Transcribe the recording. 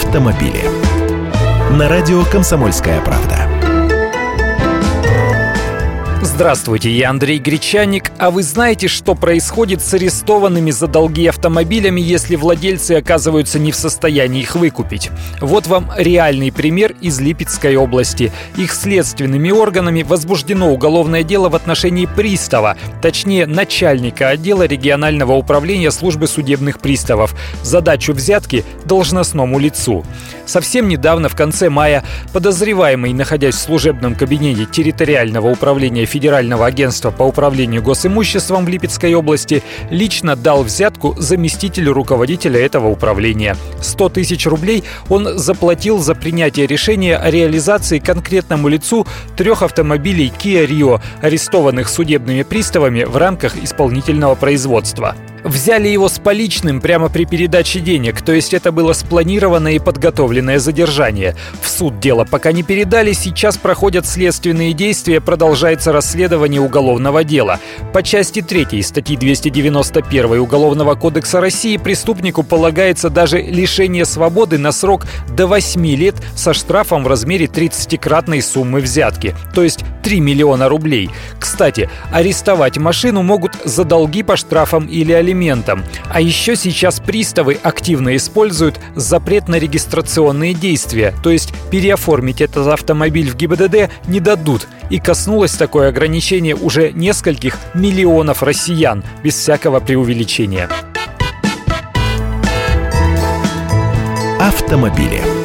автомобили. На радио «Комсомольская правда». Здравствуйте, я Андрей Гречанник. А вы знаете, что происходит с арестованными за долги автомобилями, если владельцы оказываются не в состоянии их выкупить? Вот вам реальный пример из Липецкой области. Их следственными органами возбуждено уголовное дело в отношении пристава, точнее начальника отдела регионального управления службы судебных приставов, за дачу взятки должностному лицу. Совсем недавно, в конце мая, подозреваемый, находясь в служебном кабинете территориального управления Федерального агентства по управлению госимуществом в Липецкой области, лично дал взятку заместителю руководителя этого управления. 100 тысяч рублей он заплатил за принятие решения о реализации конкретному лицу 3 автомобилей Kia Rio, арестованных судебными приставами в рамках исполнительного производства. Взяли его с поличным прямо при передаче денег, то есть это было спланированное и подготовленное задержание. В суд дело пока не передали, сейчас проходят следственные действия, продолжается расследование уголовного дела. По части 3 статьи 291 Уголовного кодекса России преступнику полагается даже лишение свободы на срок до 8 лет со штрафом в размере 30-кратной суммы взятки, то есть 3 миллиона рублей. Кстати, арестовать машину могут за долги по штрафам или алиментам. А еще сейчас приставы активно используют запрет на регистрационные действия, то есть переоформить этот автомобиль в ГИБДД не дадут. И коснулось такое ограничение уже нескольких миллионов россиян, без всякого преувеличения. Автомобили.